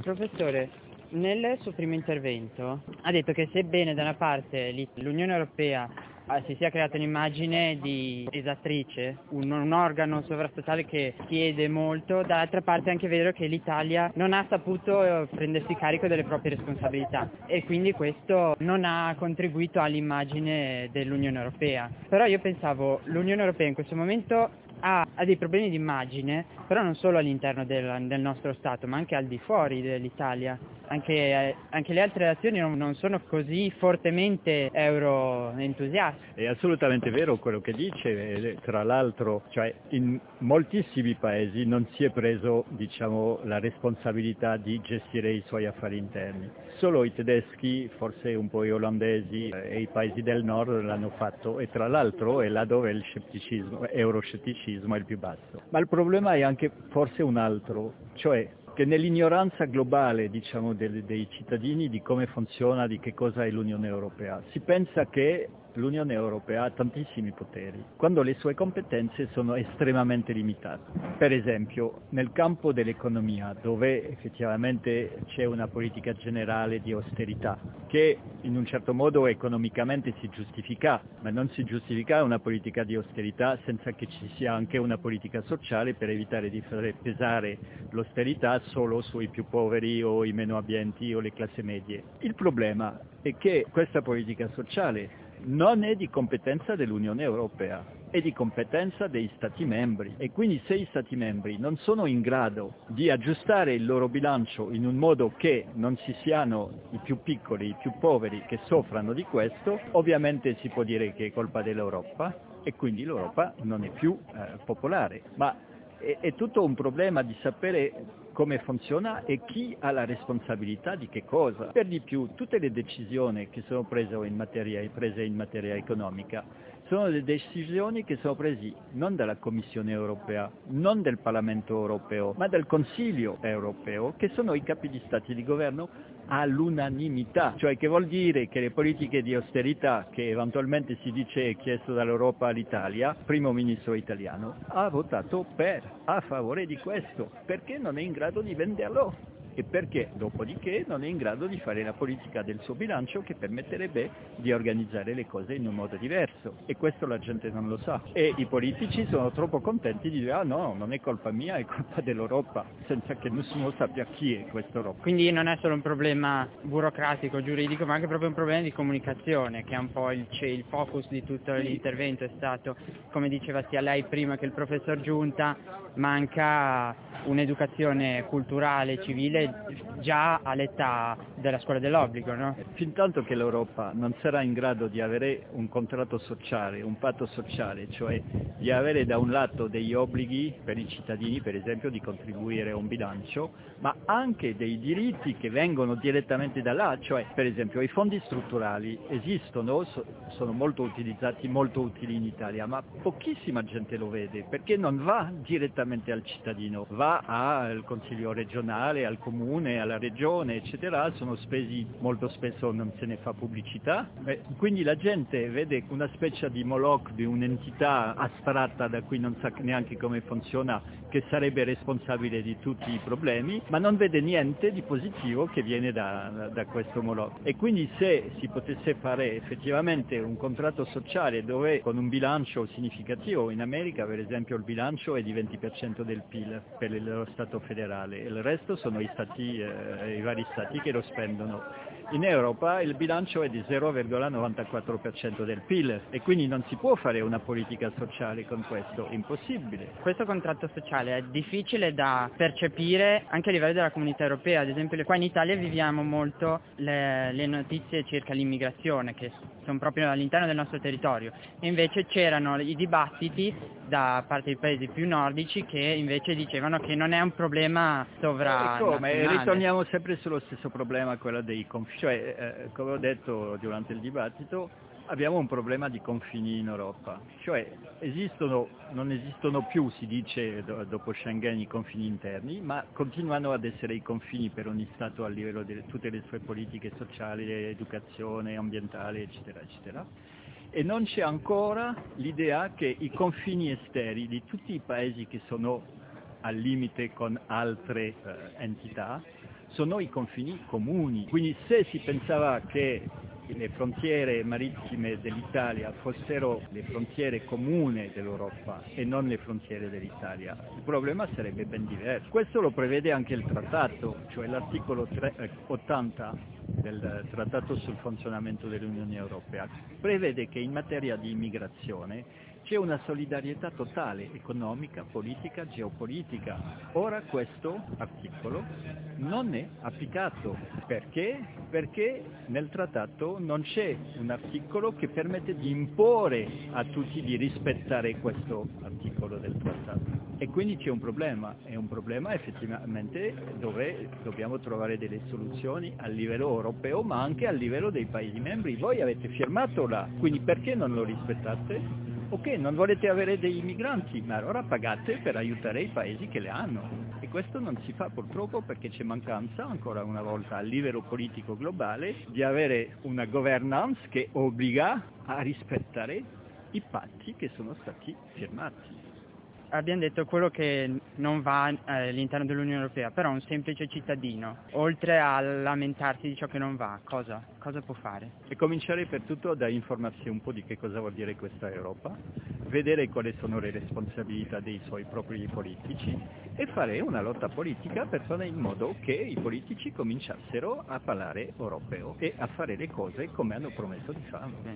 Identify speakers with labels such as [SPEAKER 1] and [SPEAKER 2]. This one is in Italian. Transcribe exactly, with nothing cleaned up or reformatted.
[SPEAKER 1] Professore, nel suo primo intervento ha detto che sebbene da una parte l'Unione Europea si sia creata un'immagine di esattrice, un, un organo sovrastatale che chiede molto, dall'altra parte è anche vero che l'Italia non ha saputo prendersi carico delle proprie responsabilità e quindi questo non ha contribuito all'immagine dell'Unione Europea. Però io pensavo, l'Unione Europea in questo momento ha, ha dei problemi di immagine, però non solo all'interno del, del nostro Stato, ma anche al di fuori dell'Italia. Anche, eh, anche le altre nazioni non, non sono così fortemente euro-entusiaste.
[SPEAKER 2] È assolutamente vero quello che dice, tra l'altro, cioè in moltissimi paesi non si è preso, diciamo, la responsabilità di gestire i suoi affari interni. Solo i tedeschi, forse un po' gli olandesi e i paesi del nord l'hanno fatto e tra l'altro è là dove il scetticismo, euroscetticismo è il più basso. Ma il problema è anche forse un altro, cioè che nell'ignoranza globale, diciamo, dei, dei cittadini di come funziona, di che cosa è l'Unione Europea, si pensa che l'Unione Europea ha tantissimi poteri, quando le sue competenze sono estremamente limitate. Per esempio, nel campo dell'economia, dove effettivamente c'è una politica generale di austerità, che in un certo modo economicamente si giustifica, ma non si giustifica una politica di austerità senza che ci sia anche una politica sociale per evitare di fare pesare l'austerità solo sui più poveri o i meno abbienti o le classi medie. Il problema è che questa politica sociale non è di competenza dell'Unione Europea, è di competenza dei Stati membri e quindi se i Stati membri non sono in grado di aggiustare il loro bilancio in un modo che non ci siano i più piccoli, i più poveri che soffrano di questo, ovviamente si può dire che è colpa dell'Europa e quindi l'Europa non è più eh, popolare. Ma è, è tutto un problema di sapere come funziona e chi ha la responsabilità di che cosa. Per di più, tutte le decisioni che sono prese in materia, prese in materia economica sono le decisioni che sono prese non dalla Commissione europea, non del Parlamento europeo, ma dal Consiglio europeo, che sono i capi di Stati e di governo all'unanimità, cioè che vuol dire che le politiche di austerità che eventualmente si dice è chiesto dall'Europa all'Italia, primo ministro italiano, ha votato per, a favore di questo, perché non è in grado di venderlo e perché dopodiché non è in grado di fare la politica del suo bilancio che permetterebbe di organizzare le cose in un modo diverso e questo la gente non lo sa e i politici sono troppo contenti di dire ah no, non è colpa mia, è colpa dell'Europa, senza che nessuno sappia chi è questa Europa.
[SPEAKER 1] Quindi non è solo un problema burocratico, giuridico, ma anche proprio un problema di comunicazione che è un po' il, il focus di tutto l'intervento, è stato, come diceva sia lei prima che il professor Giunta, manca un'educazione culturale, civile già all'età della scuola dell'obbligo, no?
[SPEAKER 2] Fintanto che l'Europa non sarà in grado di avere un contratto sociale, un patto sociale, cioè di avere da un lato degli obblighi per i cittadini, per esempio, di contribuire a un bilancio, ma anche dei diritti che vengono direttamente da là, cioè per esempio i fondi strutturali esistono, sono molto utilizzati, molto utili in Italia, ma pochissima gente lo vede perché non va direttamente al cittadino, va al Consiglio regionale, al comune, alla regione, eccetera, sono spesi molto spesso non se ne fa pubblicità, e quindi la gente vede una specie di Moloch, di un'entità astratta da cui non sa neanche come funziona, che sarebbe responsabile di tutti i problemi, ma non vede niente di positivo che viene da, da questo Moloch. E quindi se si potesse fare effettivamente un contratto sociale dove con un bilancio significativo, in America per esempio il bilancio è di venti per cento del P I L per lo Stato federale, il resto sono i stati, eh, i vari stati che lo spendono. In Europa il bilancio è di zero virgola novantaquattro per cento del P I L e quindi non si può fare una politica sociale con questo, impossibile.
[SPEAKER 1] Questo contratto sociale è difficile da percepire anche a livello della comunità europea, ad esempio qua in Italia viviamo molto le, le notizie circa l'immigrazione che sono proprio all'interno del nostro territorio e invece c'erano i dibattiti da parte dei paesi più nordici che invece dicevano che non è un problema sovranazionale.
[SPEAKER 2] E come? Ritorniamo sempre sullo stesso problema, quello dei confini. Cioè, eh, come ho detto durante il dibattito, abbiamo un problema di confini in Europa. Cioè, esistono, non esistono più, si dice, do, dopo Schengen, i confini interni, ma continuano ad essere i confini per ogni Stato a livello di tutte le sue politiche sociali, educazione, ambientale, eccetera, eccetera. E non c'è ancora l'idea che i confini esteri di tutti i paesi che sono al limite con altre eh, entità sono i confini comuni. Quindi se si pensava che le frontiere marittime dell'Italia fossero le frontiere comuni dell'Europa e non le frontiere dell'Italia, il problema sarebbe ben diverso. Questo lo prevede anche il trattato, cioè l'articolo ottanta del Trattato sul funzionamento dell'Unione Europea, prevede che in materia di immigrazione c'è una solidarietà totale, economica, politica, geopolitica. Ora questo articolo non è applicato. Perché? Perché nel trattato non c'è un articolo che permette di imporre a tutti di rispettare questo articolo del trattato. E quindi c'è un problema, è un problema effettivamente dove dobbiamo trovare delle soluzioni a livello europeo ma anche a livello dei Paesi membri. Voi avete firmato là, quindi perché non lo rispettate? Ok, non volete avere dei migranti, ma allora pagate per aiutare i paesi che le hanno. E questo non si fa purtroppo perché c'è mancanza, ancora una volta, a livello politico globale, di avere una governance che obbliga a rispettare i patti che sono stati firmati.
[SPEAKER 1] Abbiamo detto quello che non va eh, all'interno dell'Unione Europea, però un semplice cittadino, oltre a lamentarsi di ciò che non va, cosa, cosa può fare?
[SPEAKER 2] E cominciare per tutto da informarsi un po' di che cosa vuol dire questa Europa, vedere quali sono le responsabilità dei suoi propri politici e fare una lotta politica per fare in modo che i politici cominciassero a parlare europeo e a fare le cose come hanno promesso di farlo.